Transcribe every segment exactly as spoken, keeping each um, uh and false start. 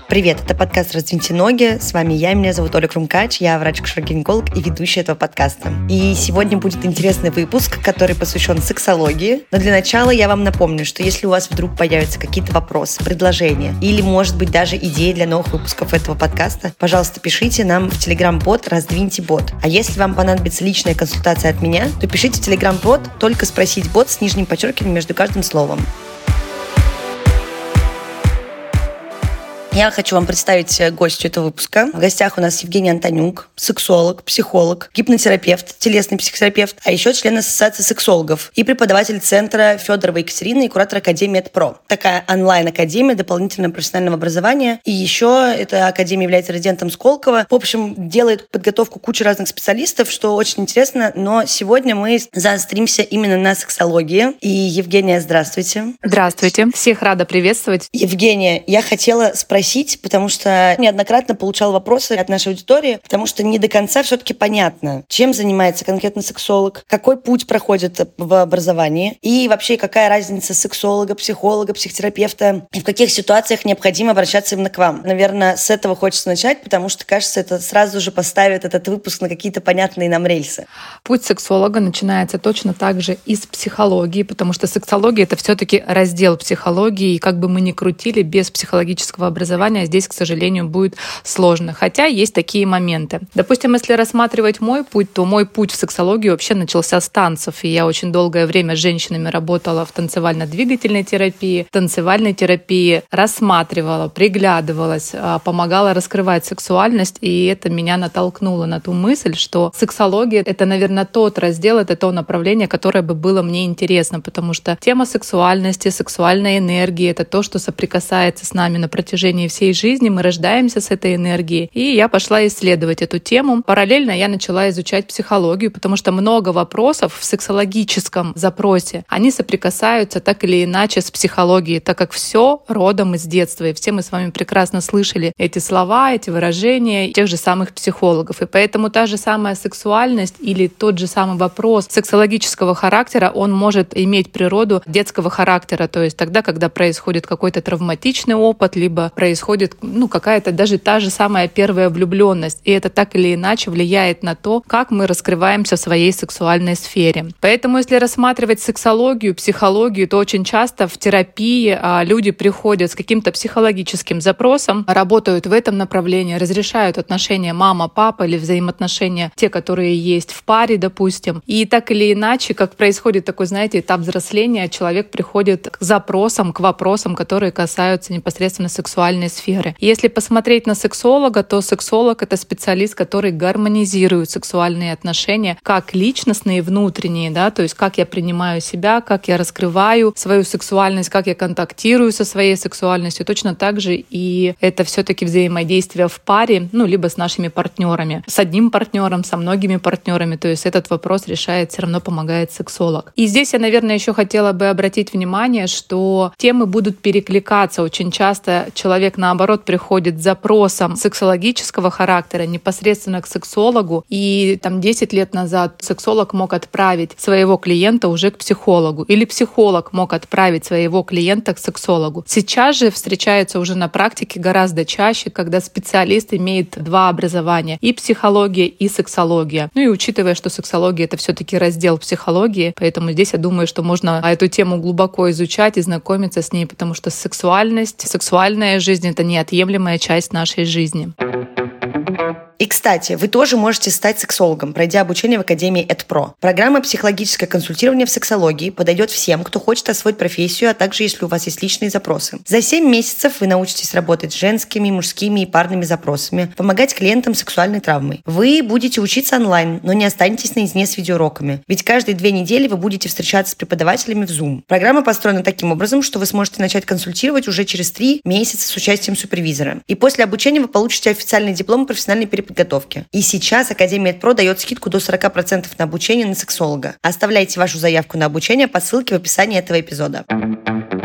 Привет, это подкаст «Раздвиньте ноги». С вами я, меня зовут Оля Крумкач, я врач-акушер-гинеколог и ведущая этого подкаста. И сегодня будет интересный выпуск, который посвящен сексологии. Но для начала я вам напомню, что если у вас вдруг появятся какие-то вопросы, предложения или, может быть, даже идеи для новых выпусков этого подкаста, пожалуйста, пишите нам в телеграм-бот «Раздвиньте бот». А если вам понадобится личная консультация от меня, то пишите в телеграм-бот «Только спросить бот» с нижним подчеркиванием между каждым словом. Я хочу вам представить гостью этого выпуска. В гостях у нас Евгения Антонюк, сексолог, психолог, гипнотерапевт, телесный психотерапевт, а еще член Ассоциации сексологов и преподаватель центра Федорова Екатерины и куратор Академии ЭдПро. Такая онлайн-академия дополнительного профессионального образования. И еще эта академия является резидентом Сколково. В общем, делает подготовку кучи разных специалистов, что очень интересно. Но сегодня мы заостримся именно на сексологии. И, Евгения, здравствуйте. Здравствуйте. Всех рада приветствовать. Евгения, я хотела спросить, потому что неоднократно получала вопросы от нашей аудитории, потому что не до конца все-таки понятно, чем занимается конкретно сексолог, какой путь проходит в образовании и вообще какая разница сексолога, психолога, психотерапевта и в каких ситуациях необходимо обращаться именно к вам. Наверное, с этого хочется начать, потому что, кажется, это сразу же поставит этот выпуск на какие-то понятные нам рельсы. Путь сексолога начинается точно так же из психологии, потому что сексология — это все-таки раздел психологии, и как бы мы ни крутили, без психологического образования здесь, к сожалению, будет сложно. Хотя есть такие моменты. Допустим, если рассматривать мой путь, то мой путь в сексологию вообще начался с танцев. И я очень долгое время с женщинами работала в танцевально-двигательной терапии, танцевальной терапии, рассматривала, приглядывалась, помогала раскрывать сексуальность. И это меня натолкнуло на ту мысль, что сексология — это, наверное, тот раздел, это то направление, которое бы было мне интересно, потому что тема сексуальности, сексуальной энергии — это то, что соприкасается с нами на протяжении всей жизни, мы рождаемся с этой энергией. И я пошла исследовать эту тему. Параллельно я начала изучать психологию, потому что много вопросов в сексологическом запросе, они соприкасаются так или иначе с психологией, так как все родом из детства. И все мы с вами прекрасно слышали эти слова, эти выражения тех же самых психологов. И поэтому та же самая сексуальность или тот же самый вопрос сексологического характера, он может иметь природу детского характера, то есть тогда, когда происходит какой-то травматичный опыт, либо происходит ну, какая-то даже та же самая первая влюбленность. И это так или иначе влияет на то, как мы раскрываемся в своей сексуальной сфере. Поэтому, если рассматривать сексологию, психологию, то очень часто в терапии а, люди приходят с каким-то психологическим запросом, работают в этом направлении, разрешают отношения мама-папа или взаимоотношения те, которые есть в паре, допустим. И так или иначе, как происходит такой, знаете, этап взросления, человек приходит к запросам, к вопросам, которые касаются непосредственно сексуальной сферы. Если посмотреть на сексолога, то сексолог — это специалист, который гармонизирует сексуальные отношения, как личностные, внутренние, да, то есть как я принимаю себя, как я раскрываю свою сексуальность, как я контактирую со своей сексуальностью. Точно так же и это все-таки взаимодействие в паре, ну, либо с нашими партнерами, с одним партнером, со многими партнерами. То есть этот вопрос решает, все равно помогает сексолог. И здесь я, наверное, еще хотела бы обратить внимание, что темы будут перекликаться. Очень часто человек, наоборот, приходит с запросом сексологического характера непосредственно к сексологу. И там десять лет назад сексолог мог отправить своего клиента уже к психологу. Или психолог мог отправить своего клиента к сексологу. Сейчас же встречается уже на практике гораздо чаще, когда специалист имеет два образования — и психология, и сексология. Ну и учитывая, что сексология — это все-таки раздел психологии, поэтому здесь я думаю, что можно эту тему глубоко изучать и знакомиться с ней, потому что сексуальность, сексуальная жизнь — это неотъемлемая часть нашей жизни. И, кстати, вы тоже можете стать сексологом, пройдя обучение в Академии ЭдПро. Программа «Психологическое консультирование в сексологии» подойдет всем, кто хочет освоить профессию, а также если у вас есть личные запросы. За семь месяцев вы научитесь работать с женскими, мужскими и парными запросами, помогать клиентам с сексуальной травмой. Вы будете учиться онлайн, но не останетесь наедине с видеоуроками, ведь каждые две недели вы будете встречаться с преподавателями в Zoom. Программа построена таким образом, что вы сможете начать консультировать уже через три месяца с участием супервизора. И после обучения вы получите официальный диплом профессиональной переподготовки. И сейчас Академия ЭдПро дает скидку до сорок процентов на обучение на сексолога. Оставляйте вашу заявку на обучение по ссылке в описании этого эпизода.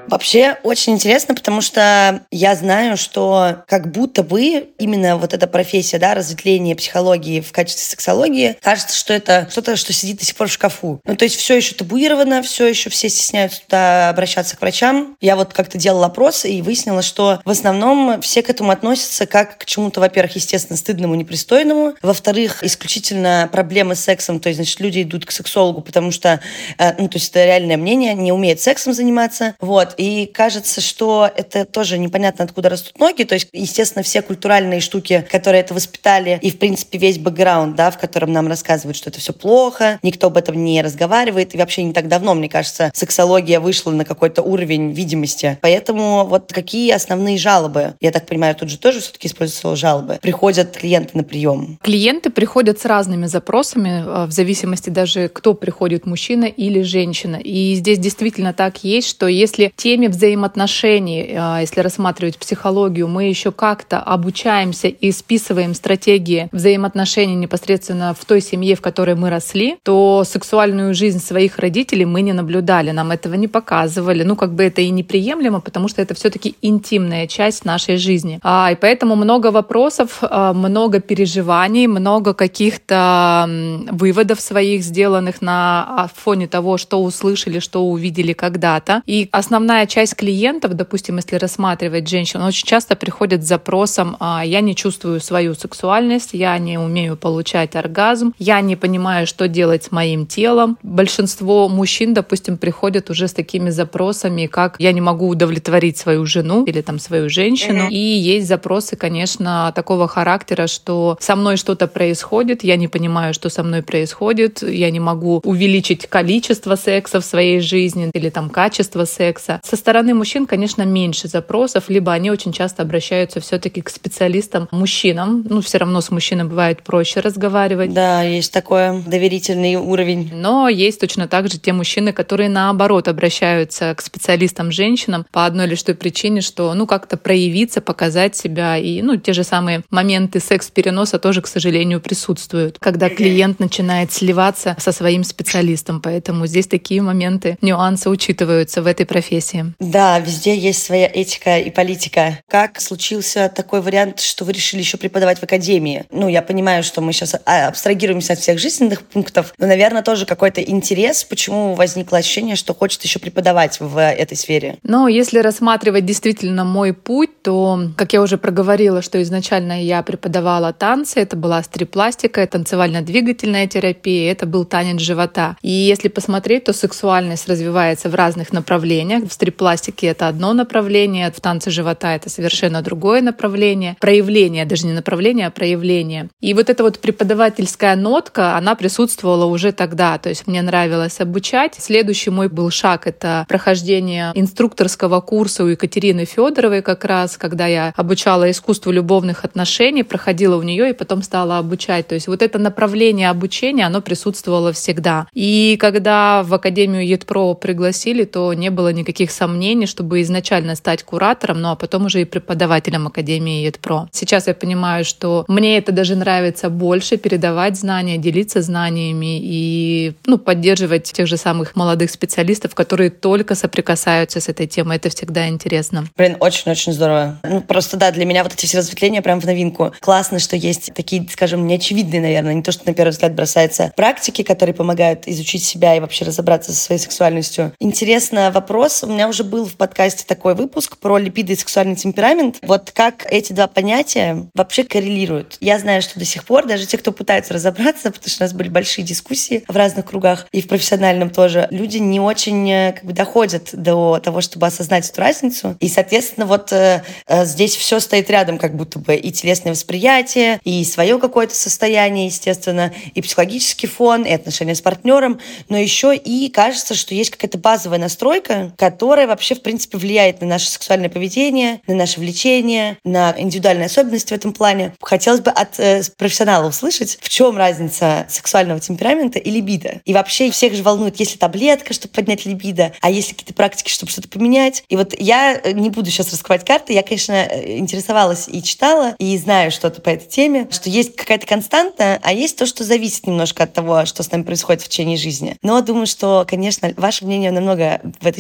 Вообще очень интересно, потому что я знаю, что как будто бы именно вот эта профессия, да, разветвление психологии в качестве сексологии, кажется, что это что-то, что сидит до сих пор в шкафу. Ну, то есть все еще табуировано, все еще все стесняются туда обращаться к врачам. Я вот как-то делала опрос и выяснила, что в основном все к этому относятся как к чему-то, во-первых, естественно, стыдному, непристойному. Во-вторых, исключительно проблемы с сексом, то есть, значит, люди идут к сексологу, потому что, ну, то есть это реальное мнение, не умеют сексом заниматься. Вот. И кажется, что это тоже непонятно, откуда растут ноги. То есть, естественно, все культуральные штуки, которые это воспитали, и, в принципе, весь бэкграунд, да, в котором нам рассказывают, что это все плохо, никто об этом не разговаривает. И вообще не так давно, мне кажется, сексология вышла на какой-то уровень видимости. Поэтому вот какие основные жалобы? Я так понимаю, тут же тоже все-таки используется слово жалобы. Приходят клиенты на прием. Клиенты приходят с разными запросами, в зависимости даже, кто приходит, мужчина или женщина. И здесь действительно так есть, что если теме взаимоотношений, если рассматривать психологию, мы еще как-то обучаемся и списываем стратегии взаимоотношений непосредственно в той семье, в которой мы росли, то сексуальную жизнь своих родителей мы не наблюдали, нам этого не показывали. Ну, как бы это и неприемлемо, потому что это все-таки интимная часть нашей жизни. А, и поэтому много вопросов, много переживаний, много каких-то выводов своих, сделанных на фоне того, что услышали, что увидели когда-то. И основная часть клиентов, допустим, если рассматривать женщин, очень часто приходят с запросом: «Я не чувствую свою сексуальность, я не умею получать оргазм, я не понимаю, что делать с моим телом». Большинство мужчин, допустим, приходят уже с такими запросами, как «я не могу удовлетворить свою жену» или там свою женщину. Mm-hmm. И есть запросы, конечно, такого характера, что со мной что-то происходит, я не понимаю, что со мной происходит, я не могу увеличить количество секса в своей жизни или там качество секса. Со стороны мужчин, конечно, меньше запросов, либо они очень часто обращаются все-таки к специалистам-мужчинам. Ну, все равно с мужчиной бывает проще разговаривать. Да, есть такой доверительный уровень. Но есть точно так же те мужчины, которые наоборот обращаются к специалистам-женщинам по одной лишь той причине, что, ну, как-то проявиться, показать себя. И, ну, те же самые моменты секс-переноса тоже, к сожалению, присутствуют, когда клиент начинает сливаться со своим специалистом. Поэтому здесь такие моменты, нюансы учитываются в этой профессии. Да, везде есть своя этика и политика. Как случился такой вариант, что вы решили еще преподавать в академии? Ну, я понимаю, что мы сейчас абстрагируемся от всех жизненных пунктов, но, наверное, тоже какой-то интерес, почему возникло ощущение, что хочет еще преподавать в этой сфере? Но если рассматривать действительно мой путь, то, как я уже проговорила, что изначально я преподавала танцы, это была стрипластика, танцевально-двигательная терапия, это был танец живота. И если посмотреть, то сексуальность развивается в разных направлениях. В стрипластике это одно направление, в танце живота это совершенно другое направление. Проявление, даже не направление, а проявление. И вот эта вот преподавательская нотка, она присутствовала уже тогда. То есть мне нравилось обучать. Следующий мой был шаг — это прохождение инструкторского курса у Екатерины Федоровой как раз, когда я обучала искусству любовных отношений, проходила у нее и потом стала обучать. То есть вот это направление обучения, оно присутствовало всегда. И когда в Академию ЕДПРО пригласили, то не было никаких сомнений, чтобы изначально стать куратором, ну а потом уже и преподавателем Академии ЕДПРО. Сейчас я понимаю, что мне это даже нравится больше — передавать знания, делиться знаниями и, ну, поддерживать тех же самых молодых специалистов, которые только соприкасаются с этой темой. Это всегда интересно. Блин, очень-очень здорово. Ну, просто, да, для меня вот эти все разветвления прям в новинку. Классно, что есть такие, скажем, неочевидные, наверное, не то, что на первый взгляд бросается, практики, которые помогают изучить себя и вообще разобраться со своей сексуальностью. Интересно вопрос. У меня уже был в подкасте такой выпуск про либидо и сексуальный темперамент. Вот как эти два понятия вообще коррелируют. Я знаю, что до сих пор даже те, кто пытаются разобраться, потому что у нас были большие дискуссии в разных кругах и в профессиональном тоже, люди не очень как бы доходят до того, чтобы осознать эту разницу. И, соответственно, вот э, э, здесь все стоит рядом, как будто бы и телесное восприятие, и свое какое-то состояние, естественно, и психологический фон, и отношения с партнером, но еще и кажется, что есть какая-то базовая настройка, которая вообще, в принципе, влияет на наше сексуальное поведение, на наше влечение, на индивидуальные особенности в этом плане. Хотелось бы от э, профессионала услышать, в чем разница сексуального темперамента и либидо. И вообще всех же волнует, есть ли таблетка, чтобы поднять либидо, а есть ли какие-то практики, чтобы что-то поменять. И вот я не буду сейчас раскрывать карты, я, конечно, интересовалась и читала, и знаю что-то по этой теме, что есть какая-то константа, а есть то, что зависит немножко от того, что с нами происходит в течение жизни. Но думаю, что, конечно, ваше мнение намного в этой ситуации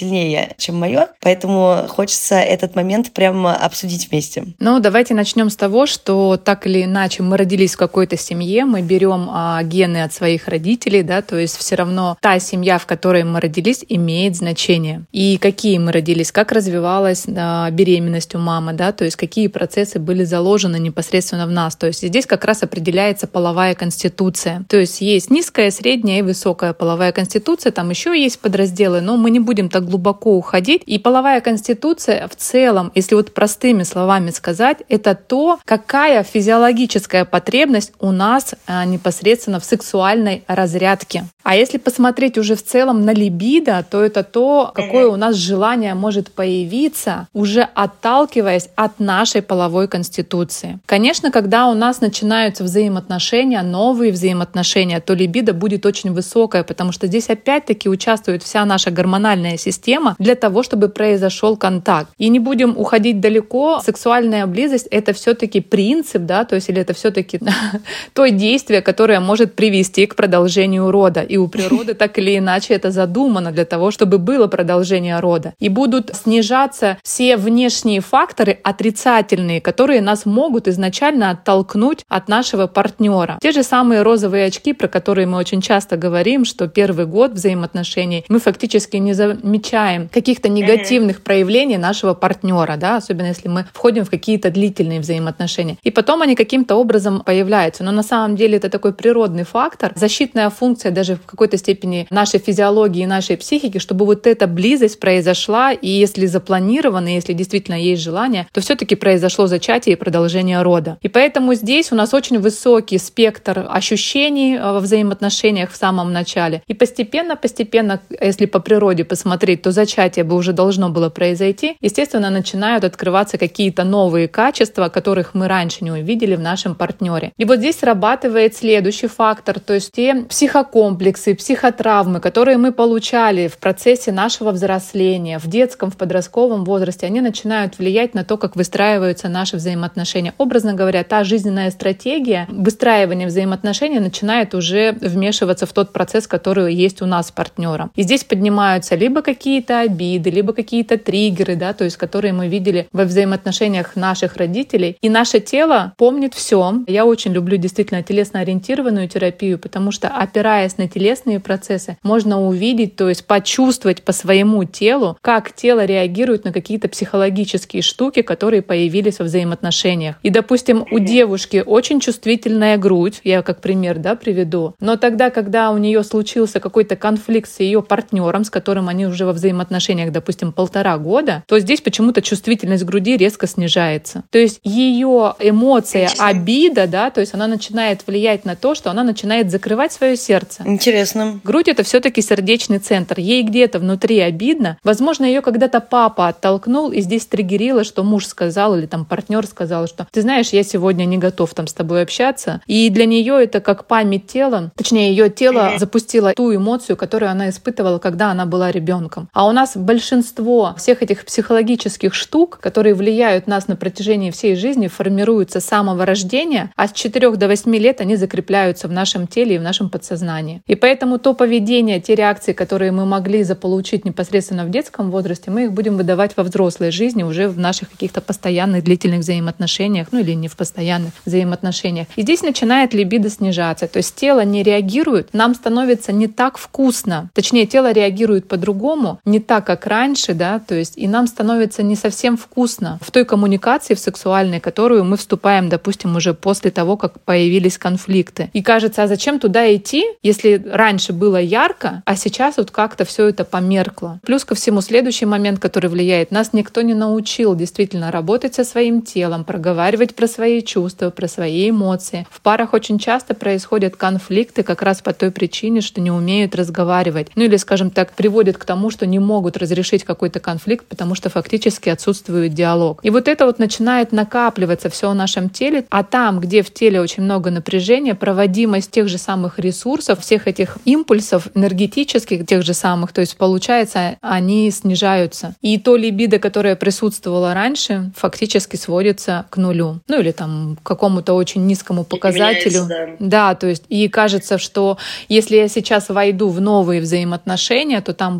сильнее, чем мое, поэтому хочется этот момент прямо обсудить вместе. Ну, давайте начнем с того, что так или иначе мы родились в какой-то семье, мы берем а, гены от своих родителей, да, то есть все равно та семья, в которой мы родились, имеет значение. И какие мы родились, как развивалась да, беременность у мамы, да, то есть какие процессы были заложены непосредственно в нас. То есть здесь как раз определяется половая конституция. То есть есть низкая, средняя и высокая половая конституция, там еще есть подразделы, но мы не будем так глубоко уходить. И половая конституция в целом, если вот простыми словами сказать, это то, какая физиологическая потребность у нас а, непосредственно в сексуальной разрядке. А если посмотреть уже в целом на либидо, то это то, какое у нас желание может появиться, уже отталкиваясь от нашей половой конституции. Конечно, когда у нас начинаются взаимоотношения, новые взаимоотношения, то либидо будет очень высокое, потому что здесь опять-таки участвует вся наша гормональная система для того, чтобы произошел контакт. И не будем уходить далеко, сексуальная близость — это все-таки принцип, да, то есть или это все-таки то действие, которое может привести к продолжению рода. И у природы так или иначе это задумано для того, чтобы было продолжение рода. И будут снижаться все внешние факторы отрицательные, которые нас могут изначально оттолкнуть от нашего партнера. Те же самые розовые очки, про которые мы очень часто говорим, что первый год взаимоотношений мы фактически не замечаем каких-то негативных проявлений нашего партнера, да, особенно если мы входим в какие-то длительные взаимоотношения. И потом они каким-то образом появляются. Но на самом деле это такой природный фактор, защитная функция даже в какой-то степени нашей физиологии и нашей психики, чтобы вот эта близость произошла, и если запланировано, если действительно есть желание, то все-таки произошло зачатие и продолжение рода. И поэтому здесь у нас очень высокий спектр ощущений во взаимоотношениях в самом начале. И постепенно-постепенно, если по природе посмотреть, то зачатие бы уже должно было произойти. Естественно, начинают открываться какие-то новые качества, которых мы раньше не увидели в нашем партнере. И вот здесь срабатывает следующий фактор, то есть те психокомплексы, психотравмы, которые мы получали в процессе нашего взросления, в детском, в подростковом возрасте, они начинают влиять на то, как выстраиваются наши взаимоотношения. Образно говоря, та жизненная стратегия выстраивания взаимоотношений начинает уже вмешиваться в тот процесс, который есть у нас с партнером. И здесь поднимаются либо какие-то обиды, либо какие-то триггеры, да, то есть которые мы видели во взаимоотношениях наших родителей. И наше тело помнит все. Я очень люблю действительно телесно-ориентированную терапию, потому что, опираясь на телесные процессы, можно увидеть, то есть почувствовать по своему телу, как тело реагирует на какие-то психологические штуки, которые появились во взаимоотношениях. И, допустим, у девушки очень чувствительная грудь, я как пример, да, приведу, но тогда, когда у нее случился какой-то конфликт с ее партнером, с которым они уже во взаимоотношениях, допустим, полтора года, то здесь почему-то чувствительность груди резко снижается. То есть ее эмоция, обида, да, то есть она начинает влиять на то, что она начинает закрывать свое сердце. Интересно. Грудь — это все-таки сердечный центр. Ей где-то внутри обидно. Возможно, ее когда-то папа оттолкнул, и здесь триггерило, что муж сказал или там партнер сказал, что ты знаешь, я сегодня не готов там с тобой общаться. И для нее это как память тела, точнее, ее тело запустило ту эмоцию, которую она испытывала, когда она была ребенком. А у нас большинство всех этих психологических штук, которые влияют нас на протяжении всей жизни, формируются с самого рождения, а с четырёх до восьми лет они закрепляются в нашем теле и в нашем подсознании. И поэтому то поведение, те реакции, которые мы могли заполучить непосредственно в детском возрасте, мы их будем выдавать во взрослой жизни уже в наших каких-то постоянных длительных взаимоотношениях, ну или не в постоянных взаимоотношениях. И здесь начинает либидо снижаться, то есть тело не реагирует, нам становится не так вкусно, точнее тело реагирует по-другому, не так, как раньше, да, то есть и нам становится не совсем вкусно в той коммуникации в сексуальной, которую мы вступаем, допустим, уже после того, как появились конфликты. И кажется, а зачем туда идти, если раньше было ярко, а сейчас вот как-то все это померкло. Плюс ко всему следующий момент, который влияет, нас никто не научил действительно работать со своим телом, проговаривать про свои чувства, про свои эмоции. В парах очень часто происходят конфликты как раз по той причине, что не умеют разговаривать. Ну или, скажем так, приводят к тому, что не могут разрешить какой-то конфликт, потому что фактически отсутствует диалог. И вот это вот начинает накапливаться все в нашем теле, а там, где в теле очень много напряжения, проводимость тех же самых ресурсов, всех этих импульсов энергетических, тех же самых, то есть получается, они снижаются. И то либидо, которое присутствовало раньше, фактически сводится к нулю. Ну или там к какому-то очень низкому показателю. Да. да, то есть и кажется, что если я сейчас войду в новые взаимоотношения, то там будет снова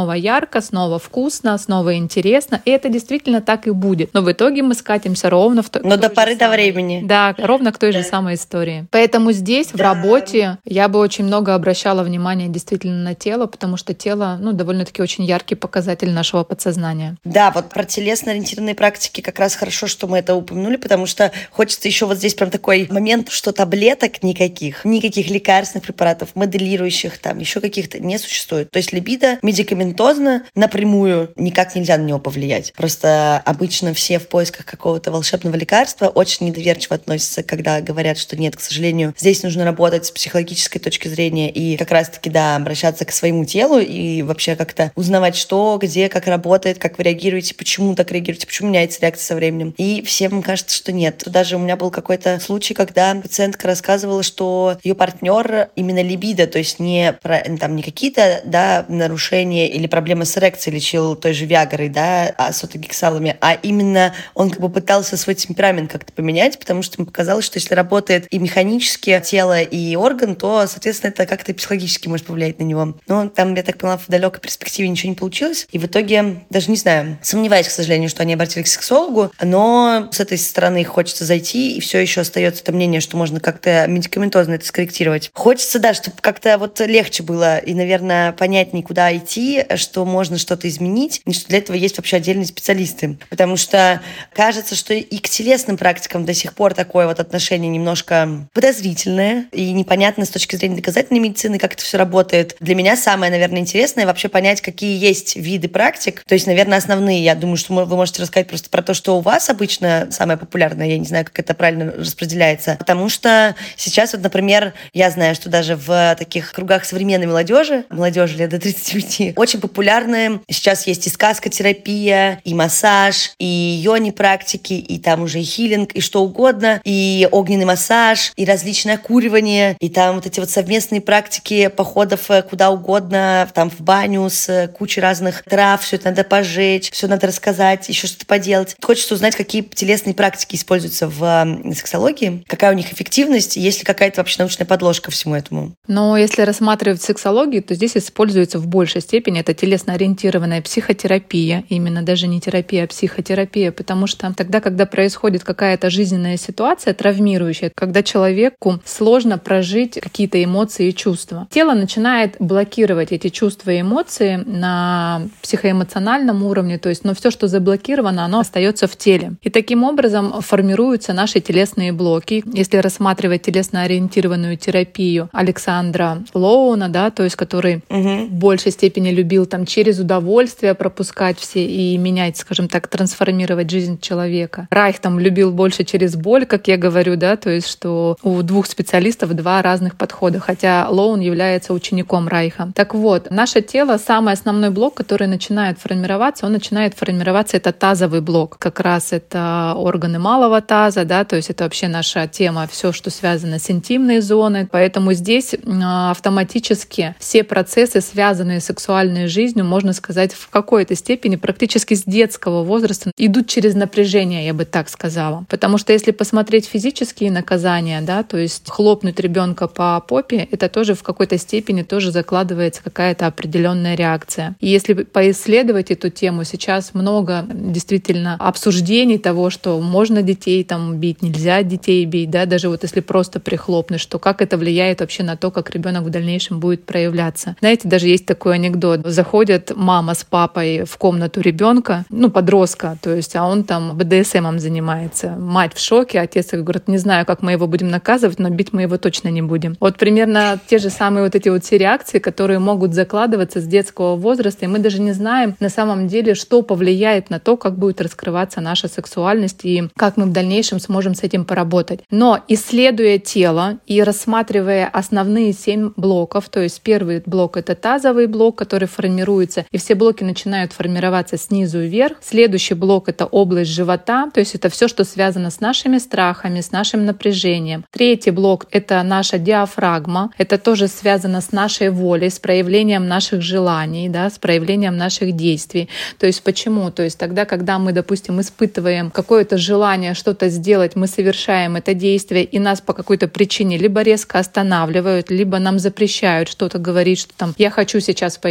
снова ярко, снова вкусно, снова интересно. И это действительно так и будет. Но в итоге мы скатимся ровно в то. Но до поры до времени. Да, ровно к той же самой истории. Поэтому здесь, в работе, я бы очень много обращала внимание действительно на тело, потому что тело, ну, довольно-таки очень яркий показатель нашего подсознания. Да, вот про телесно-ориентированные практики как раз хорошо, что мы это упомянули, потому что хочется еще вот здесь прям такой момент, что таблеток никаких, никаких лекарственных препаратов, моделирующих, там, еще каких-то не существует. То есть либидо медикаментозно напрямую никак нельзя на него повлиять. Просто обычно все в поисках какого-то волшебного лекарства очень недоверчиво относятся, когда говорят, что нет, к сожалению, здесь нужно работать с психологической точки зрения и как раз-таки, да, обращаться к своему телу и вообще как-то узнавать, что, где, как работает, как вы реагируете, почему так реагируете, почему меняется реакция со временем. И всем кажется, что нет. Даже у меня был какой-то случай, когда пациентка рассказывала, что ее партнер именно либидо, то есть не, там, не какие-то, да, нарушения или проблемы с эрекцией лечил той же Виагрой, да, асотогексалами, а именно он как бы пытался свой темперамент как-то поменять, потому что ему показалось, что если работает и механически тело, и орган, то, соответственно, это как-то психологически может повлиять на него. Но там, я так поняла, в далекой перспективе ничего не получилось. И в итоге, даже не знаю, сомневаюсь, к сожалению, что они обратились к сексологу, но с этой стороны хочется зайти, и все еще остается это мнение, что можно как-то медикаментозно это скорректировать. Хочется, да, чтобы как-то вот легче было и, наверное, понятнее, куда идти, что можно что-то изменить, и что для этого есть вообще отдельные специалисты. Потому что кажется, что и к телесным практикам до сих пор такое вот отношение немножко подозрительное и непонятно с точки зрения доказательной медицины, как это все работает. Для меня самое, наверное, интересное вообще понять, какие есть виды практик. То есть, наверное, основные. Я думаю, что вы можете рассказать просто про то, что у вас обычно самое популярное. Я не знаю, как это правильно распределяется. Потому что сейчас, вот, например, я знаю, что даже в таких кругах современной молодежи, молодежи лет до тридцати пяти, очень популярны. Сейчас есть и сказкотерапия, и массаж, и йони-практики, и там уже и хилинг, и что угодно, и огненный массаж, и различное окуривание, и там вот эти вот совместные практики походов куда угодно, там в баню с кучей разных трав, все это надо пожечь, все надо рассказать, еще что-то поделать. Хочется узнать, какие телесные практики используются в сексологии, какая у них эффективность, есть ли какая-то вообще научная подложка всему этому. Но если рассматривать сексологию, то здесь используется в большей степени это телесно-ориентированная психотерапия, именно даже не терапия, а психотерапия, потому что тогда, когда происходит какая-то жизненная ситуация травмирующая, когда человеку сложно прожить какие-то эмоции и чувства, тело начинает блокировать эти чувства и эмоции на психоэмоциональном уровне, то есть, но все, что заблокировано, оно остается в теле. И таким образом формируются наши телесные блоки. Если рассматривать телесно-ориентированную терапию Александра Лоуна, да, то есть который угу. в большей степени любил там через удовольствие пропускать все и менять, скажем так, трансформировать жизнь человека. Райх там любил больше через боль, как я говорю, да, то есть что у двух специалистов два разных подхода, хотя Лоун является учеником Райха. Так вот, наше тело, самый основной блок, который начинает формироваться, он начинает формироваться, это тазовый блок. Как раз это органы малого таза, да, то есть это вообще наша тема, все, что связано с интимной зоной. Поэтому здесь автоматически все процессы, связанные с сексуальной жизнью, можно сказать, в какой-то степени практически с детского возраста идут через напряжение, я бы так сказала. Потому что если посмотреть физические наказания, да, то есть хлопнуть ребенка по попе, это тоже в какой-то степени тоже закладывается какая-то определенная реакция. И если поисследовать эту тему, сейчас много действительно обсуждений того, что можно детей там бить, нельзя детей бить, да, даже вот если просто прихлопнуть, что как это влияет вообще на то, как ребенок в дальнейшем будет проявляться. Знаете, даже есть такой анекдот. Заходят мама с папой в комнату ребенка, ну, подростка, то есть, а он там бэ дэ эс эм занимается. Мать в шоке, отец говорит, не знаю, как мы его будем наказывать, но бить мы его точно не будем. Вот примерно те же самые вот эти вот все реакции, которые могут закладываться с детского возраста, и мы даже не знаем на самом деле, что повлияет на то, как будет раскрываться наша сексуальность и как мы в дальнейшем сможем с этим поработать. Но исследуя тело и рассматривая основные семь блоков, то есть первый блок — это тазовый блок, который формируется, и все блоки начинают формироваться снизу вверх. Следующий блок — это область живота, то есть это все, что связано с нашими страхами, с нашим напряжением. Третий блок — это наша диафрагма, это тоже связано с нашей волей, с проявлением наших желаний, да, с проявлением наших действий. То есть почему? То есть тогда, когда мы, допустим, испытываем какое-то желание что-то сделать, мы совершаем это действие, и нас по какой-то причине либо резко останавливают, либо нам запрещают что-то говорить, что там «я хочу сейчас пойти гулять»,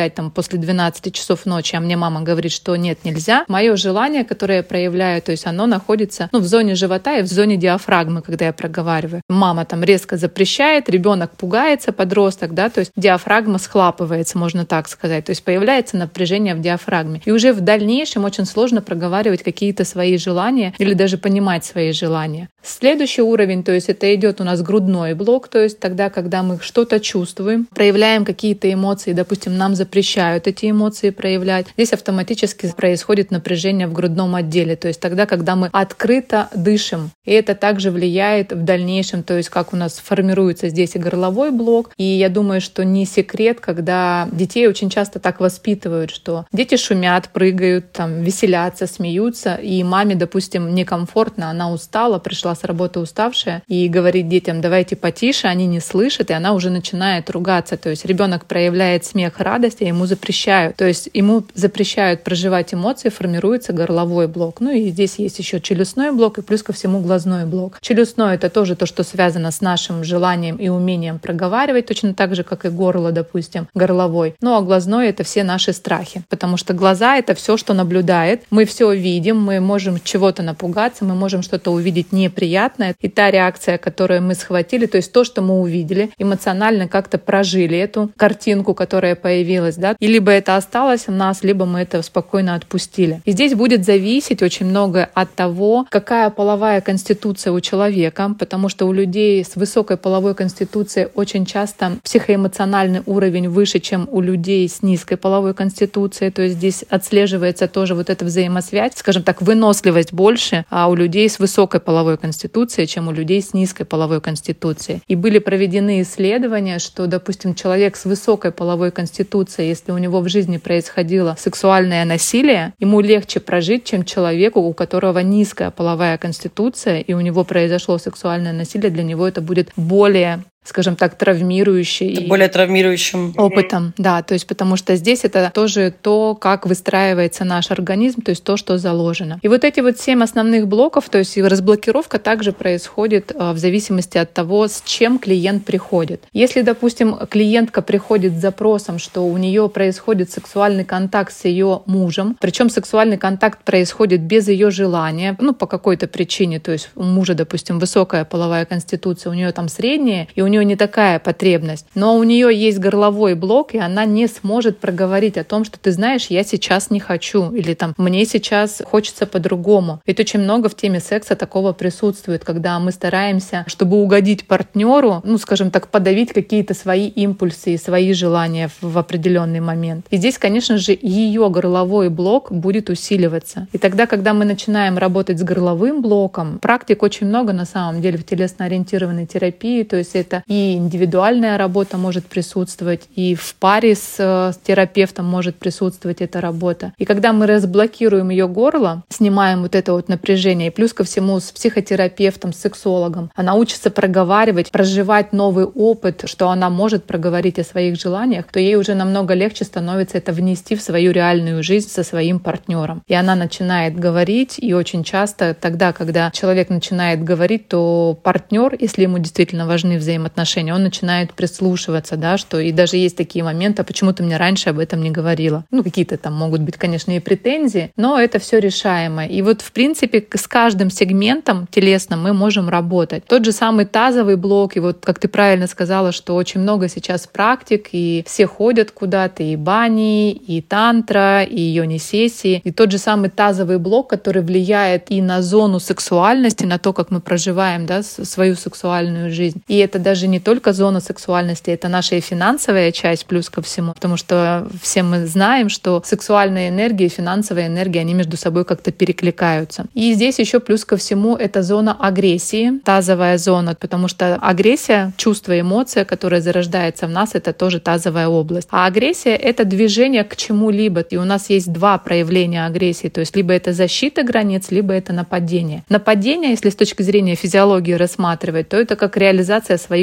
гулять там после двенадцати часов ночи, а мне мама говорит, что нет, нельзя, мое желание, которое я проявляю, то есть оно находится ну, в зоне живота и в зоне диафрагмы, когда я проговариваю. Мама там резко запрещает, ребенок пугается, подросток, да, то есть диафрагма схлапывается, можно так сказать, то есть появляется напряжение в диафрагме. И уже в дальнейшем очень сложно проговаривать какие-то свои желания или даже понимать свои желания. Следующий уровень, то есть это идет у нас грудной блок, то есть тогда, когда мы что-то чувствуем, проявляем какие-то эмоции, допустим, нам запрещают эти эмоции проявлять, здесь автоматически происходит напряжение в грудном отделе, то есть тогда, когда мы открыто дышим. И это также влияет в дальнейшем, то есть как у нас формируется здесь и горловой блок. И я думаю, что не секрет, когда детей очень часто так воспитывают, что дети шумят, прыгают, там, веселятся, смеются, и маме, допустим, некомфортно, она устала, пришла с работы уставшая, и говорит детям: давайте потише, они не слышат, и она уже начинает ругаться. То есть ребенок проявляет смех, радость, а ему запрещают. То есть ему запрещают проживать эмоции, формируется горловой блок. Ну и здесь есть еще челюстной блок и плюс ко всему глазной блок. Челюстной — это тоже то, что связано с нашим желанием и умением проговаривать, точно так же, как и горло, допустим, горловой. Ну а глазной — это все наши страхи, потому что глаза — это все, что наблюдает. Мы все видим, мы можем чего-то напугаться, мы можем что-то увидеть неприятное. И та реакция, которую мы схватили, то есть то, что мы увидели, эмоционально как-то прожили эту картинку, которая появилась, да, и либо это осталось в нас, либо мы это спокойно отпустили. И здесь будет зависеть очень многое от того, какая половая конституция у человека, потому что у людей с высокой половой конституцией очень часто психоэмоциональный уровень выше, чем у людей с низкой половой конституцией, то есть здесь отслеживается тоже вот эта взаимосвязь, скажем так, выносливость больше, а у людей с высокой половой конституцией, чем у людей с низкой половой конституцией. И были проведены исследования, что, допустим, человек с высокой половой конституцией, если у него в жизни происходило сексуальное насилие, ему легче прожить, чем человеку, у которого низкая половая конституция, и у него произошло сексуальное насилие, для него это будет более, скажем так, травмирующий. И более травмирующим опытом, да, то есть потому что здесь это тоже то, как выстраивается наш организм, то есть то, что заложено. И вот эти вот семь основных блоков, то есть разблокировка также происходит в зависимости от того, с чем клиент приходит. Если, допустим, клиентка приходит с запросом, что у нее происходит сексуальный контакт с ее мужем, причем сексуальный контакт происходит без ее желания, ну, по какой-то причине, то есть у мужа, допустим, высокая половая конституция, у нее там средняя, и у нее не такая потребность, но у нее есть горловой блок, и она не сможет проговорить о том, что ты знаешь, я сейчас не хочу, или там мне сейчас хочется по-другому. Ведь очень много в теме секса такого присутствует, когда мы стараемся, чтобы угодить партнеру, ну, скажем так, подавить какие-то свои импульсы и свои желания в определенный момент. И здесь, конечно же, ее горловой блок будет усиливаться. И тогда, когда мы начинаем работать с горловым блоком, практик очень много на самом деле в телесно-ориентированной терапии, то есть это и индивидуальная работа может присутствовать, и в паре с, с терапевтом может присутствовать эта работа. И когда мы разблокируем ее горло, снимаем вот это вот напряжение, и плюс ко всему с психотерапевтом, с сексологом, она учится проговаривать, проживать новый опыт, что она может проговорить о своих желаниях, то ей уже намного легче становится это внести в свою реальную жизнь со своим партнером. И она начинает говорить, и очень часто тогда, когда человек начинает говорить, то партнер, если ему действительно важны взаимоотношения, отношения, он начинает прислушиваться, да, что и даже есть такие моменты, а почему ты мне раньше об этом не говорила? Ну, какие-то там могут быть, конечно, и претензии, но это все решаемо. И вот, в принципе, с каждым сегментом телесным мы можем работать. Тот же самый тазовый блок, и вот, как ты правильно сказала, что очень много сейчас практик, и все ходят куда-то, и бани, и тантра, и йони-сессии. И тот же самый тазовый блок, который влияет и на зону сексуальности, на то, как мы проживаем, да, свою сексуальную жизнь. И это даже не только зона сексуальности, это наша и финансовая часть плюс ко всему, потому что все мы знаем, что сексуальная энергия и финансовая энергия, они между собой как-то перекликаются. И здесь еще плюс ко всему это зона агрессии, тазовая зона, потому что агрессия, чувство, эмоция, которая зарождается в нас, это тоже тазовая область. А агрессия — это движение к чему-либо. И у нас есть два проявления агрессии, то есть либо это защита границ, либо это нападение. Нападение, если с точки зрения физиологии рассматривать, то это как реализация своих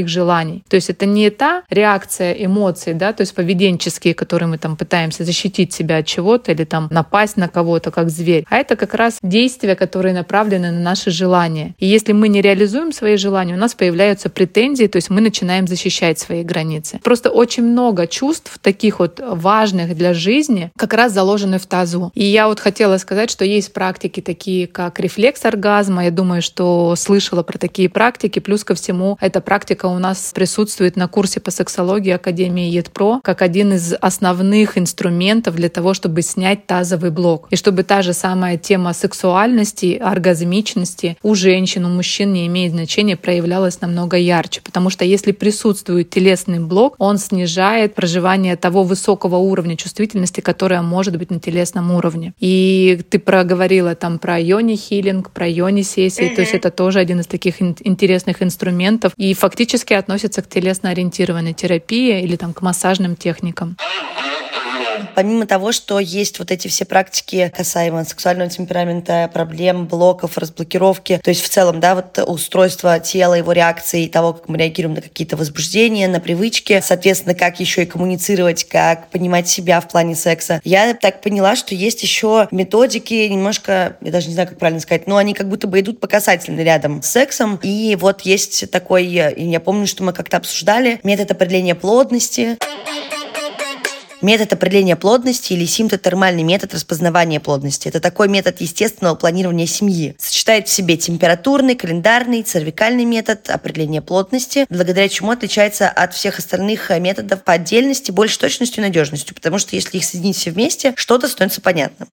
своих желаний. То есть это не та реакция эмоций, да, то есть поведенческие, которые мы там пытаемся защитить себя от чего-то или там напасть на кого-то как зверь, а это как раз действия, которые направлены на наши желания. И если мы не реализуем свои желания, у нас появляются претензии, то есть мы начинаем защищать свои границы. Просто очень много чувств, таких вот важных для жизни, как раз заложены в тазу. И я вот хотела сказать, что есть практики такие, как рефлекс оргазма. Я думаю, что слышала про такие практики. Плюс ко всему, эта практика у нас присутствует на курсе по сексологии Академии ЕДПРО как один из основных инструментов для того, чтобы снять тазовый блок. И чтобы та же самая тема сексуальности, оргазмичности у женщин, у мужчин не имеет значения, проявлялась намного ярче. Потому что если присутствует телесный блок, он снижает проживание того высокого уровня чувствительности, которое может быть на телесном уровне. И ты проговорила там про йони-хилинг, про йони-сессии, mm-hmm. то есть это тоже один из таких ин- интересных инструментов и фактически относится к телесно-ориентированной терапии или там к массажным техникам. Помимо того, что есть вот эти все практики касаемо сексуального темперамента, проблем, блоков, разблокировки, то есть в целом, да, вот устройство тела, его реакции, того, как мы реагируем на какие-то возбуждения, на привычки, соответственно, как еще и коммуницировать, как понимать себя в плане секса. Я так поняла, что есть еще методики немножко, я даже не знаю, как правильно сказать, но они как будто бы идут по касательной рядом с сексом. И вот есть такой, я помню, что мы как-то обсуждали, метод определения плотности. Метод определения плодности или симптотермальный метод распознавания плодности. Это такой метод естественного планирования семьи. Сочетает в себе температурный, календарный, цервикальный метод определения плодности, благодаря чему отличается от всех остальных методов по отдельности, большей точностью и надежностью, потому что если их соединить все вместе, что-то становится понятным.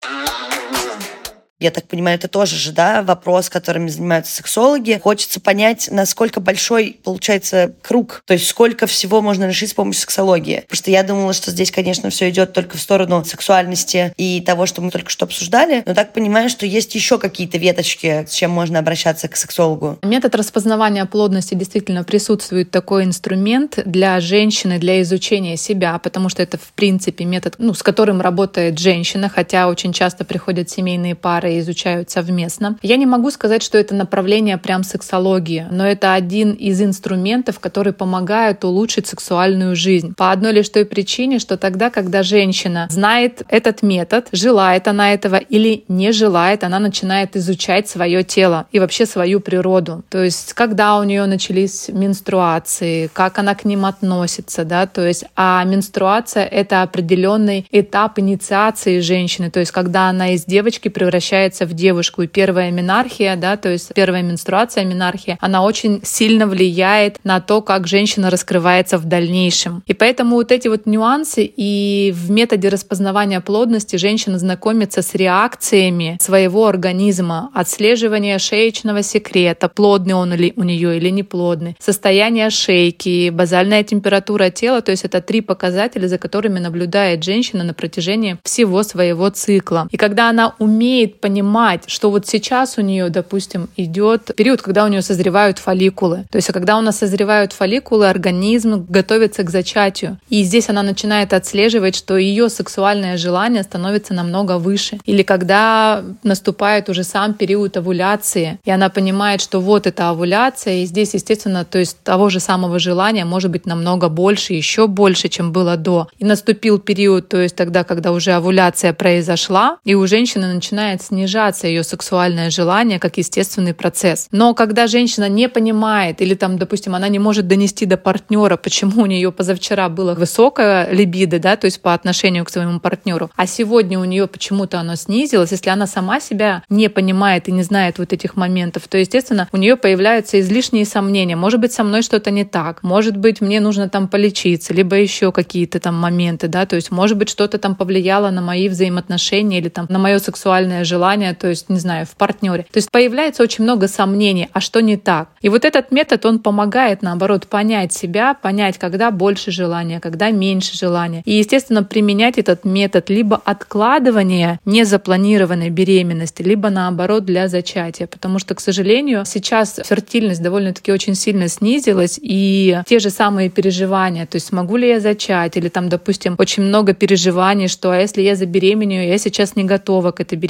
Я так понимаю, это тоже же, да, вопрос, которыми занимаются сексологи. Хочется понять, насколько большой получается круг, то есть сколько всего можно решить с помощью сексологии. Потому что я думала, что здесь, конечно, все идет только в сторону сексуальности и того, что мы только что обсуждали, но так понимаю, что есть еще какие-то веточки, с чем можно обращаться к сексологу. Метод распознавания плодности действительно присутствует такой инструмент для женщины, для изучения себя, потому что это, в принципе, метод, ну, с которым работает женщина, хотя очень часто приходят семейные пары и изучают совместно. Я не могу сказать, что это направление прям сексологии, но это один из инструментов, которые помогают улучшить сексуальную жизнь. По одной лишь той причине, что тогда, когда женщина знает этот метод, желает она этого или не желает, она начинает изучать свое тело и вообще свою природу. То есть, когда у нее начались менструации, как она к ним относится, да, то есть, а менструация — это определенный этап инициации женщины, то есть, когда она из девочки превращается в девушку. И первая менархия, да, то есть первая менструация, менархия, она очень сильно влияет на то, как женщина раскрывается в дальнейшем. И поэтому вот эти вот нюансы, и в методе распознавания плодности женщина знакомится с реакциями своего организма, отслеживание шеечного секрета, плодный он или у нее или неплодный, состояние шейки, базальная температура тела, то есть это три показателя, за которыми наблюдает женщина на протяжении всего своего цикла. И когда она умеет понимать, что вот сейчас у нее, допустим, идет период, когда у нее созревают фолликулы. То есть, когда у нас созревают фолликулы, организм готовится к зачатию. И здесь она начинает отслеживать, что ее сексуальное желание становится намного выше. Или когда наступает уже сам период овуляции, и она понимает, что вот это овуляция, и здесь, естественно, то есть того же самого желания может быть намного больше, еще больше, чем было до. И наступил период, то есть тогда, когда уже овуляция произошла, и у женщины начинает снижаться ее сексуальное желание как естественный процесс. Но когда женщина не понимает или там, допустим, она не может донести до партнера, почему у нее позавчера было высокое либидо, да, то есть по отношению к своему партнеру, а сегодня у нее почему-то оно снизилось, если она сама себя не понимает и не знает вот этих моментов, то, естественно, у нее появляются излишние сомнения. Может быть, со мной что-то не так, может быть, мне нужно там полечиться, либо еще какие-то там моменты, да, то есть, может быть, что-то там повлияло на мои взаимоотношения или там на мое сексуальное желание, то есть, не знаю, в партнере. То есть появляется очень много сомнений, а что не так. И вот этот метод, он помогает, наоборот, понять себя, понять, когда больше желания, когда меньше желания. И, естественно, применять этот метод либо откладывания незапланированной беременности, либо, наоборот, для зачатия. Потому что, к сожалению, сейчас фертильность довольно-таки очень сильно снизилась, и те же самые переживания, то есть смогу ли я зачать, или там, допустим, очень много переживаний, что а если я забеременею, я сейчас не готова к этой беременности,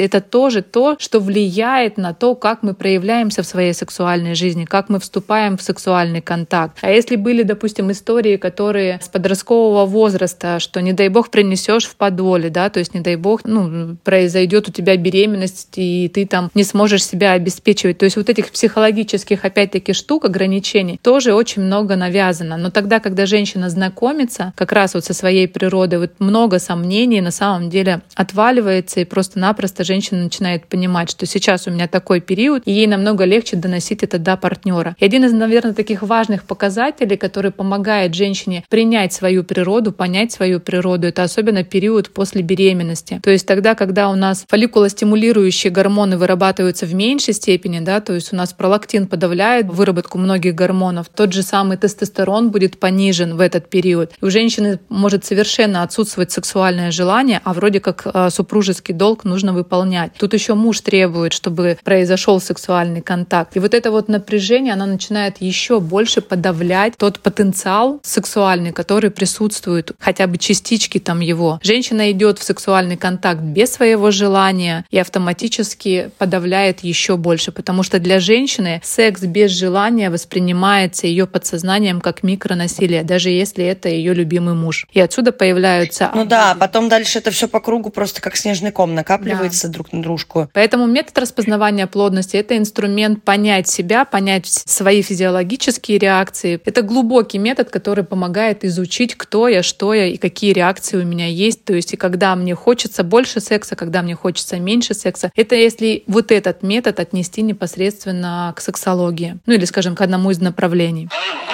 это тоже то, что влияет на то, как мы проявляемся в своей сексуальной жизни, как мы вступаем в сексуальный контакт. А если были, допустим, истории, которые с подросткового возраста, что, не дай бог, принесешь в подоле, да, то есть, не дай бог, ну, произойдет у тебя беременность, и ты там не сможешь себя обеспечивать. То есть вот этих психологических, опять-таки, штук, ограничений тоже очень много навязано. Но тогда, когда женщина знакомится как раз вот со своей природой, вот много сомнений на самом деле отваливается, и просто-напросто женщина начинает понимать, что сейчас у меня такой период, и ей намного легче доносить это до партнера. И один из, наверное, таких важных показателей, который помогает женщине принять свою природу, понять свою природу, это особенно период после беременности. То есть тогда, когда у нас фолликулостимулирующие гормоны вырабатываются в меньшей степени, да, то есть у нас пролактин подавляет выработку многих гормонов, тот же самый тестостерон будет понижен в этот период. И у женщины может совершенно отсутствовать сексуальное желание, а вроде как супружеский долг нужно выполнять. Тут еще муж требует, чтобы произошел сексуальный контакт. И вот это вот напряжение, оно начинает еще больше подавлять тот потенциал сексуальный, который присутствует, хотя бы частички там его. Женщина идет в сексуальный контакт без своего желания и автоматически подавляет еще больше, потому что для женщины секс без желания воспринимается ее подсознанием как микронасилие, даже если это ее любимый муж. И отсюда появляются... Ну да, потом дальше это все по кругу просто как снежный ком накапливается, да, друг на дружку. Поэтому метод распознавания плодности — это инструмент понять себя, понять свои физиологические реакции. Это глубокий метод, который помогает изучить, кто я, что я и какие реакции у меня есть. То есть и когда мне хочется больше секса, когда мне хочется меньше секса. Это если вот этот метод отнести непосредственно к сексологии. Ну или, скажем, к одному из направлений.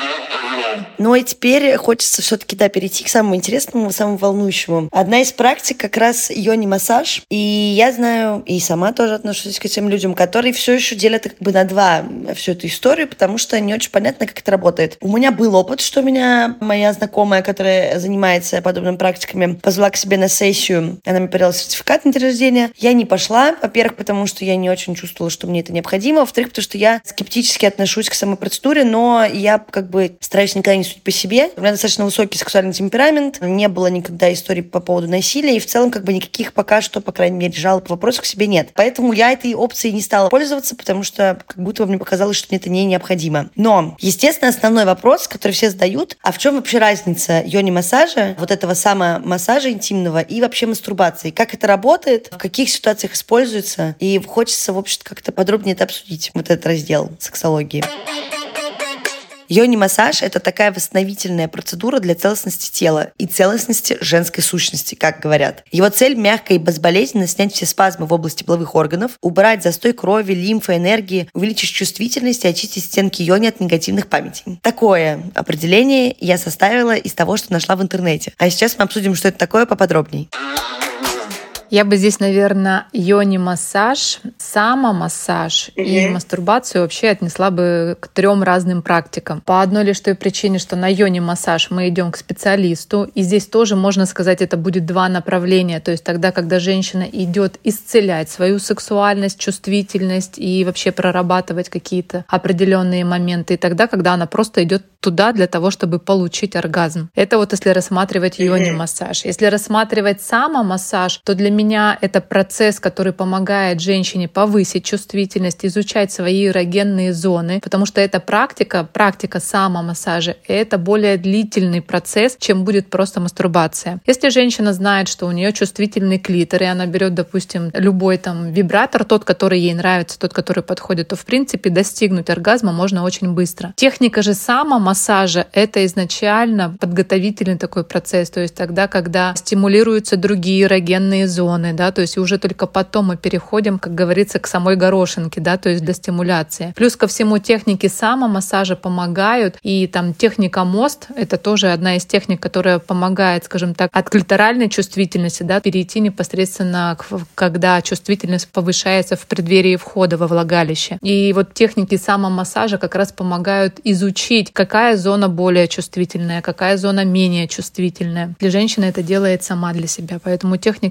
Ну и теперь хочется все-таки, да, перейти к самому интересному, самому волнующему. Одна из практик как раз йони-массаж. И я знаю, и сама тоже отношусь к этим людям, которые все еще делят как бы на два всю эту историю, потому что не очень понятно, как это работает. У меня был опыт, что меня моя знакомая, которая занимается подобными практиками, позвала к себе на сессию. Она мне подарила сертификат на день рождения. Я не пошла, во-первых, потому что я не очень чувствовала, что мне это необходимо. Во-вторых, потому что я скептически отношусь к самой процедуре, но я как бы стараюсь никогда не судить по себе. У меня достаточно высокий сексуальный темперамент, не было никогда историй по поводу насилия, и в целом как бы никаких пока что, по крайней мере, жалоб, вопросов к себе нет. Поэтому я этой опцией не стала пользоваться, потому что как будто бы мне показалось, что мне это не необходимо. Но, естественно, основной вопрос, который все задают, а в чем вообще разница йони-массажа, вот этого самомассажа интимного и вообще мастурбации? Как это работает, в каких ситуациях используется? И хочется, в общем-то, как-то подробнее это обсудить, вот этот раздел сексологии. Йони-массаж — это такая восстановительная процедура для целостности тела и целостности женской сущности, как говорят. Его цель — мягко и безболезненно снять все спазмы в области половых органов, убрать застой крови, лимфы, энергии, увеличить чувствительность и очистить стенки йони от негативных памятей. Такое определение я составила из того, что нашла в интернете. А сейчас мы обсудим, что это такое, поподробней. Я бы здесь, наверное, йони-массаж, самомассаж mm-hmm. и мастурбацию вообще отнесла бы к трем разным практикам. По одной лишь той причине, что на йони-массаж мы идем к специалисту, и здесь тоже, можно сказать, это будет два направления. То есть тогда, когда женщина идет исцелять свою сексуальность, чувствительность и вообще прорабатывать какие-то определенные моменты, и тогда, когда она просто идет туда для того, чтобы получить оргазм. Это вот если рассматривать йони-массаж. Если рассматривать самомассаж, то для меня это процесс, который помогает женщине повысить чувствительность, изучать свои эрогенные зоны, потому что эта практика, практика самомассажа, это более длительный процесс, чем будет просто мастурбация. Если женщина знает, что у нее чувствительный клитор, и она берет, допустим, любой там вибратор, тот, который ей нравится, тот, который подходит, то в принципе достигнуть оргазма можно очень быстро. Техника же самомассажа — это изначально подготовительный такой процесс, то есть тогда, когда стимулируются другие эрогенные зоны, зоны, да, то есть уже только потом мы переходим, как говорится, к самой горошинке, да, то есть до стимуляции. Плюс ко всему техники самомассажа помогают, и там техника мост — это тоже одна из техник, которая помогает, скажем так, от клиторальной чувствительности, да, перейти непосредственно, к, когда чувствительность повышается в преддверии входа во влагалище. И вот техники самомассажа как раз помогают изучить, какая зона более чувствительная, какая зона менее чувствительная. Для женщины это делает сама для себя, поэтому техник самомассажа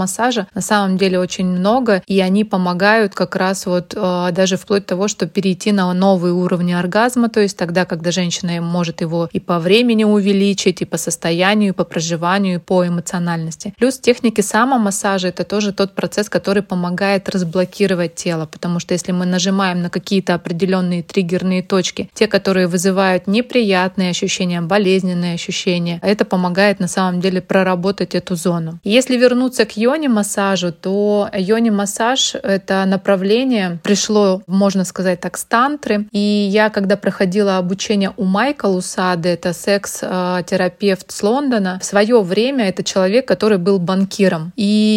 йони-массажа на самом деле очень много, и они помогают как раз вот э, даже вплоть до того, что перейти на новые уровни оргазма, то есть тогда, когда женщина может его и по времени увеличить, и по состоянию, и по проживанию, и по эмоциональности. Плюс техники самомассажа — это тоже тот процесс, который помогает разблокировать тело, потому что если мы нажимаем на какие-то определенные триггерные точки, те, которые вызывают неприятные ощущения, болезненные ощущения, это помогает на самом деле проработать эту зону. Если вернуться к йони-массажу, то йони-массаж — это направление, пришло, можно сказать так, с тантры. И я, когда проходила обучение у Майка Лусады, это секс-терапевт с Лондона, в свое время это человек, который был банкиром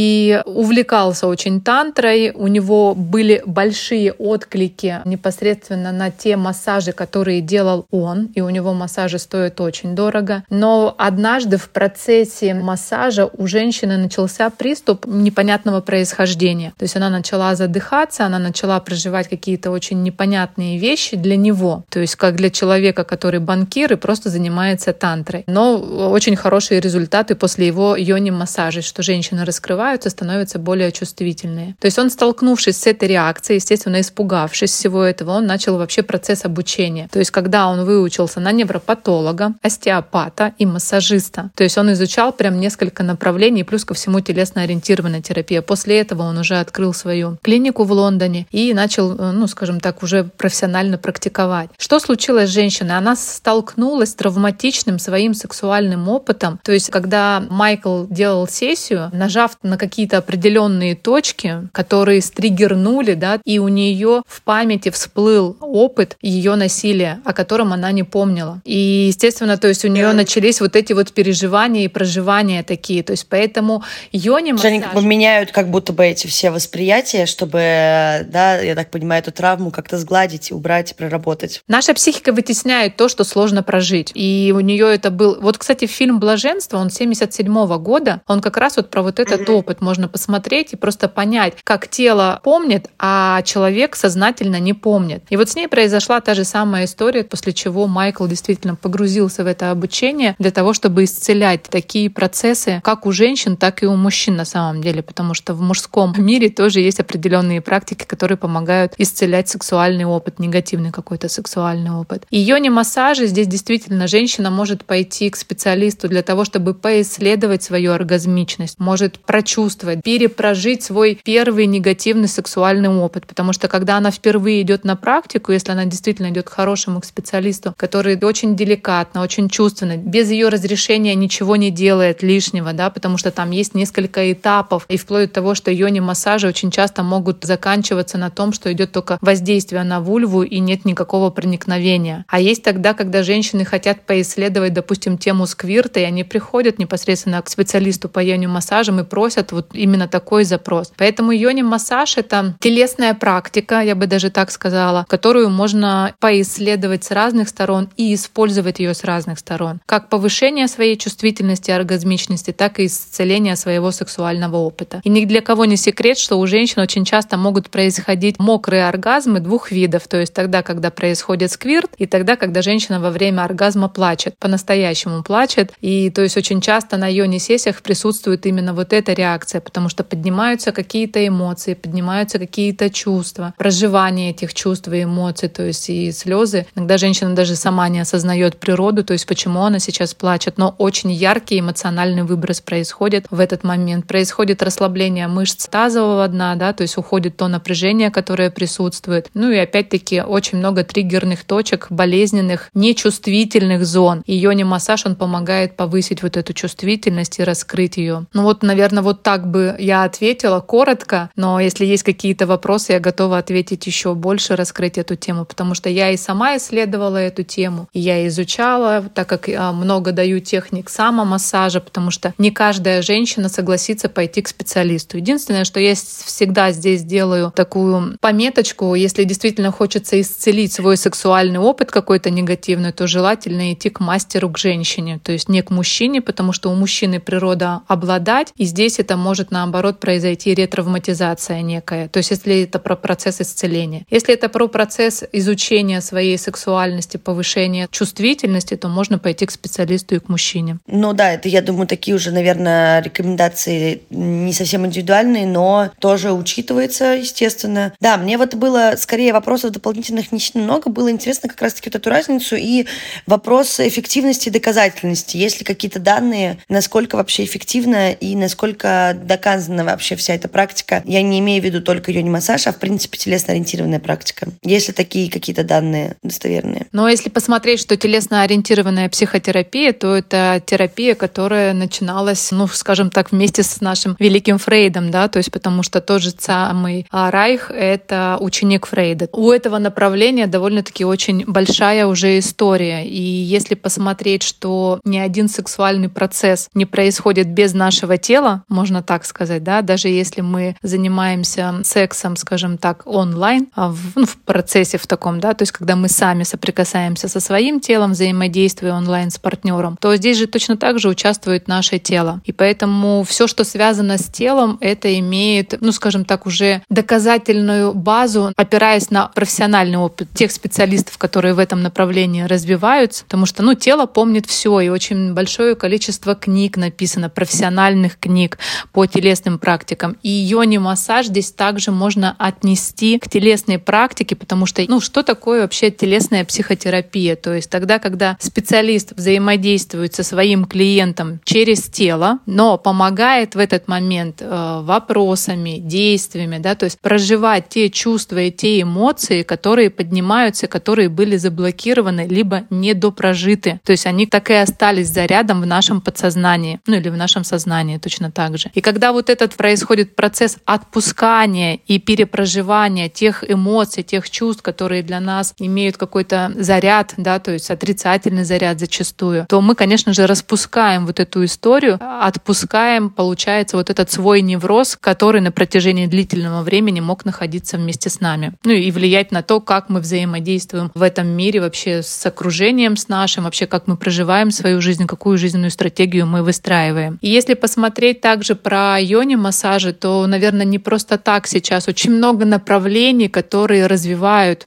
и увлекался очень тантрой. У него были большие отклики непосредственно на те массажи, которые делал он, и у него массажи стоят очень дорого. Но однажды в процессе массажа у женщины начался приступ непонятного происхождения. То есть она начала задыхаться, она начала проживать какие-то очень непонятные вещи для него. То есть как для человека, который банкир и просто занимается тантрой. Но очень хорошие результаты после его йони-массажа, что женщины раскрываются, становятся более чувствительные. То есть он, столкнувшись с этой реакцией, естественно, испугавшись всего этого, он начал вообще процесс обучения. То есть когда он выучился на невропатолога, остеопата и массажиста. То есть он изучал прям несколько направлений, плюс ко всему телесно-ориентированная терапия. После этого он уже открыл свою клинику в Лондоне и начал, ну, скажем так, уже профессионально практиковать. Что случилось с женщиной? Она столкнулась с травматичным своим сексуальным опытом. То есть когда Майкл делал сессию, нажав на какие-то определенные точки, которые стриггернули, да, и у нее в памяти всплыл опыт ее насилия, о котором она не помнила. И, естественно, то есть у нее начались вот эти вот переживания и проживания такие. То есть поэтому йони-массаж... Они как бы меняют как будто бы эти все восприятия, чтобы, да, я так понимаю, эту травму как-то сгладить, убрать, проработать. Наша психика вытесняет то, что сложно прожить. И у нее это был... Вот, кстати, фильм «Блаженство», он семьдесят седьмого года, он как раз вот про вот этот mm-hmm. опыт можно посмотреть и просто понять, как тело помнит, а человек сознательно не помнит. И вот с ней произошла та же самая история, после чего Майкл действительно погрузился в это обучение для того, чтобы исцелять такие процессы как у женщин, так и у мужчин на самом деле, потому что в мужском мире тоже есть определенные практики, которые помогают исцелять сексуальный опыт, негативный какой-то сексуальный опыт. И йони-массажи здесь действительно женщина может пойти к специалисту для того, чтобы поисследовать свою оргазмичность, может прочувствовать, перепрожить свой первый негативный сексуальный опыт, потому что когда она впервые идет на практику, если она действительно идет к хорошему к специалисту, который очень деликатно, очень чувственно, без ее разрешения ничего не делает лишнего, да, потому что там есть несколько этапов, и вплоть до того, что йони-массажи очень часто могут заканчиваться на том, что идет только воздействие на вульву и нет никакого проникновения. А есть тогда, когда женщины хотят поисследовать, допустим, тему сквирта, и они приходят непосредственно к специалисту по йони-массажам и просят вот именно такой запрос. Поэтому йони-массаж — это телесная практика, я бы даже так сказала, которую можно поисследовать с разных сторон и использовать ее с разных сторон. Как повышение своей чувствительности, оргазмичности, так и исцеление своего сексуального опыта. И ни для кого не секрет, что у женщин очень часто могут происходить мокрые оргазмы двух видов. То есть тогда, когда происходит сквирт, и тогда, когда женщина во время оргазма плачет, по-настоящему плачет. И то есть очень часто на йони-сессиях присутствует именно вот эта реакция, потому что поднимаются какие-то эмоции, поднимаются какие-то чувства, проживание этих чувств и эмоций, то есть и слезы. Иногда женщина даже сама не осознает природу, то есть почему она сейчас плачет, но очень яркий эмоциональный выброс происходит в этот момент. Происходит расслабление мышц тазового дна, да, то есть уходит то напряжение, которое присутствует. Ну и опять-таки очень много триггерных точек, болезненных, нечувствительных зон. И йони-массаж, он помогает повысить вот эту чувствительность и раскрыть ее. Ну вот, наверное, вот так бы я ответила коротко, но если есть какие-то вопросы, я готова ответить еще больше, раскрыть эту тему, потому что я и сама исследовала эту тему, и я изучала, так как много даю техник самомассажа, потому что не каждая женщина согласится пойти к специалисту. Единственное, что я всегда здесь делаю такую пометочку, если действительно хочется исцелить свой сексуальный опыт какой-то негативный, то желательно идти к мастеру, к женщине, то есть не к мужчине, потому что у мужчины природа обладать, и здесь это может наоборот произойти ретравматизация некая, то есть если это про процесс исцеления. Если это про процесс изучения своей сексуальности, повышения чувствительности, то можно пойти к специалисту и к мужчине. Ну да, это, я думаю, такие уже, наверное, рекомендации такие не совсем индивидуальные, но тоже учитывается, естественно. Да, мне вот было скорее вопросов дополнительных не сильно много. Было интересно как раз-таки вот эту разницу и вопрос эффективности и доказательности. Есть ли какие-то данные, насколько вообще эффективно и насколько доказана вообще вся эта практика. Я не имею в виду только йони-массаж, а в принципе телесно-ориентированная практика. Есть ли такие какие-то данные достоверные? Но если посмотреть, что телесно-ориентированная психотерапия, то это терапия, которая начиналась, ну, скажем так, вместе с нашим великим Фрейдом, да, то есть потому что тот же самый Райх — это ученик Фрейда. У этого направления довольно-таки очень большая уже история. И если посмотреть, что ни один сексуальный процесс не происходит без нашего тела, можно так сказать, да, даже если мы занимаемся сексом, скажем так, онлайн, в, ну, в процессе в таком, да, то есть когда мы сами соприкасаемся со своим телом, взаимодействуя онлайн с партнером, то здесь же точно так же участвует наше тело. И поэтому все, что связано с телом, это имеет, ну, скажем так, уже доказательную базу, опираясь на профессиональный опыт тех специалистов, которые в этом направлении развиваются, потому что, ну, тело помнит все, и очень большое количество книг написано, профессиональных книг по телесным практикам. И йони-массаж здесь также можно отнести к телесной практике, потому что, ну, что такое вообще телесная психотерапия? То есть тогда, когда специалист взаимодействует со своим клиентом через тело, но помогает в этот момент э, вопросами, действиями, да, то есть проживать те чувства и те эмоции, которые поднимаются, которые были заблокированы либо недопрожиты. То есть они так и остались зарядом в нашем подсознании, ну или в нашем сознании точно так же. И когда вот этот происходит процесс отпускания и перепроживания тех эмоций, тех чувств, которые для нас имеют какой-то заряд, да, то есть отрицательный заряд зачастую, то мы, конечно же, распускаем вот эту историю, отпускаем, получается, вот этот свой невроз, который на протяжении длительного времени мог находиться вместе с нами. Ну и влиять на то, как мы взаимодействуем в этом мире вообще с окружением, с нашим, вообще как мы проживаем свою жизнь, какую жизненную стратегию мы выстраиваем. И если посмотреть также про йони-массажи, то, наверное, не просто так сейчас очень много направлений, которые развивают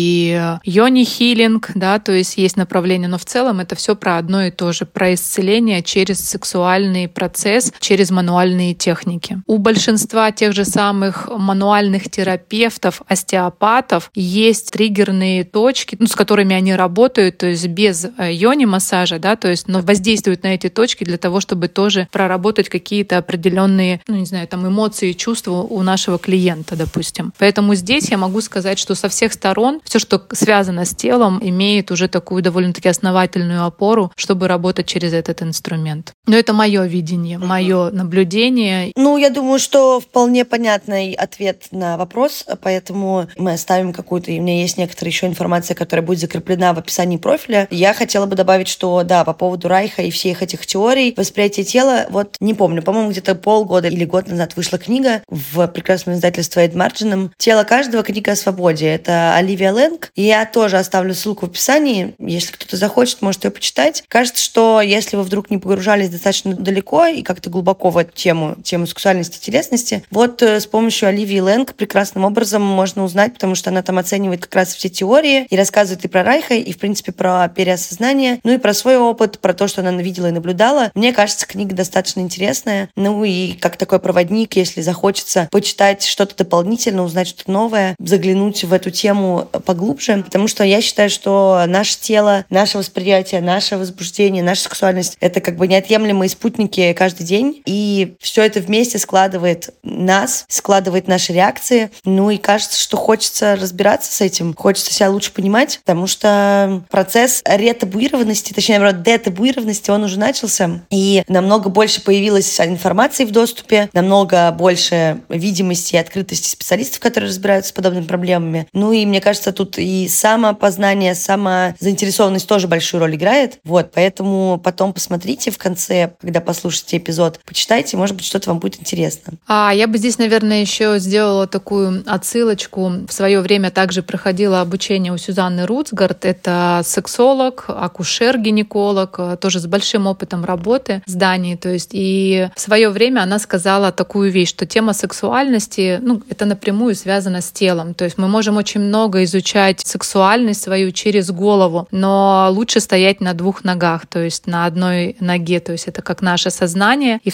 и йони-хилинг, да, то есть есть направление, но в целом это все про одно и то же, про исцеление через сексуальный процесс, через мануальные техники. У большинства тех же самых мануальных терапевтов, остеопатов есть триггерные точки, ну, с которыми они работают, то есть без йони-массажа, да, то есть, но воздействуют на эти точки для того, чтобы тоже проработать какие-то определенные, ну, не знаю, там эмоции, чувства у нашего клиента, допустим. Поэтому здесь я могу сказать, что со всех сторон все, что связано с телом, имеет уже такую довольно-таки основательную опору, чтобы работать через этот инструмент. Но это мое видение, мое наблюдение. Ну, я думаю, что вполне понятный ответ на вопрос, поэтому мы оставим какую-то, и у меня есть некоторая еще информация, которая будет закреплена в описании профиля. Я хотела бы добавить, что да, по поводу Райха и всех этих теорий восприятия тела, вот не помню, по-моему, где-то полгода или год назад вышла книга в прекрасном издательстве Эд Марджином «Тело каждого. Книга о свободе». Это Оливия Лэнг. И я тоже оставлю ссылку в описании. Если кто-то захочет, может ее почитать. Кажется, что если вы вдруг не погружались достаточно далеко и как-то глубоко в эту тему, тему сексуальности и телесности, вот с помощью Оливии Лэнг прекрасным образом можно узнать, потому что она там оценивает как раз все теории и рассказывает и про Райха, и, в принципе, про переосознание, ну и про свой опыт, про то, что она видела и наблюдала. Мне кажется, книга достаточно интересная. Ну и как такой проводник, если захочется почитать что-то дополнительно, узнать что-то новое, заглянуть в эту тему поглубже, потому что я считаю, что наше тело, наше восприятие, наше возбуждение, наша сексуальность — это как бы неотъемлемые спутники каждый день, и все это вместе складывает нас, складывает наши реакции. Ну и кажется, что хочется разбираться с этим, хочется себя лучше понимать, потому что процесс ретабуированности, точнее, наоборот, детабуированности, он уже начался, и намного больше появилось информации в доступе, намного больше видимости и открытости специалистов, которые разбираются с подобными проблемами. Ну и мне кажется, тут и самопознание, самозаинтересованность тоже большую роль играет. Вот, поэтому потом посмотрите в конце, когда послушаете эпизод, почитайте, может быть, что-то вам будет интересно. А я бы здесь, наверное, еще сделала такую отсылочку. В свое время также проходила обучение у Сюзанны Руцгард. Это сексолог, акушер-гинеколог, тоже с большим опытом работы в Дании. То есть и в свое время она сказала такую вещь, что тема сексуальности, ну, это напрямую связано с телом. То есть мы можем очень много изучать сексуальность свою через голову, но лучше стоять на двух ногах, то есть на одной ноге, то есть это как наше сознание, и вторая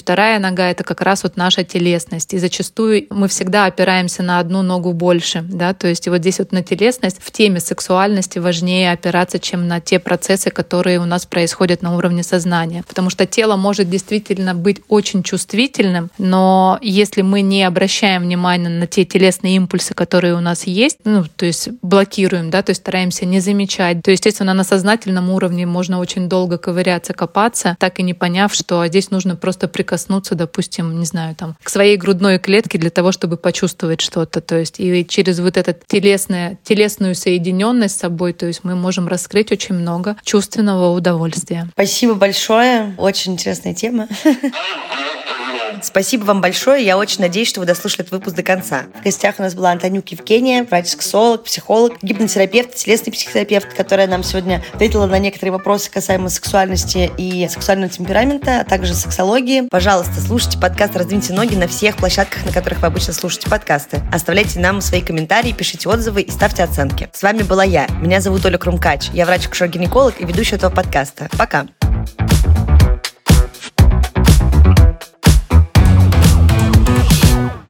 нога — это как раз вот наша телесность. И зачастую мы всегда опираемся на одну ногу больше, да, то есть и вот здесь вот на телесность в теме сексуальности важнее опираться, чем на те процессы, которые у нас происходят на уровне сознания. Потому что тело может действительно быть очень чувствительным, но если мы не обращаем внимания на те телесные импульсы, которые у нас есть, ну, то есть блокируем, да, то есть стараемся не замечать, то, естественно, на сознательном уровне можно очень долго ковыряться, копаться, так и не поняв, что здесь нужно просто прикоснуться, допустим, не знаю, там, к своей грудной клетке для того, чтобы почувствовать что-то. То есть и через вот эту телесное, телесную соединенность с собой, то есть мы можем раскрыть очень много чувственного удовольствия. Спасибо большое. Очень интересная тема. Спасибо вам большое. Я очень надеюсь, что вы дослушали этот выпуск до конца. В гостях у нас была Антонюк Евгения, врач-сексолог, психолог, гипнотерапевт, телесный психотерапевт, которая нам сегодня ответила на некоторые вопросы касаемо сексуальности и сексуального темперамента, а также сексологии. Пожалуйста, слушайте подкаст «Раздвиньте ноги» на всех площадках, на которых вы обычно слушаете подкасты. Оставляйте нам свои комментарии, пишите отзывы и ставьте оценки. С вами была я. Меня зовут Оля Крумкач. Я врач-акушер-гинеколог и ведущая этого подкаста. Пока.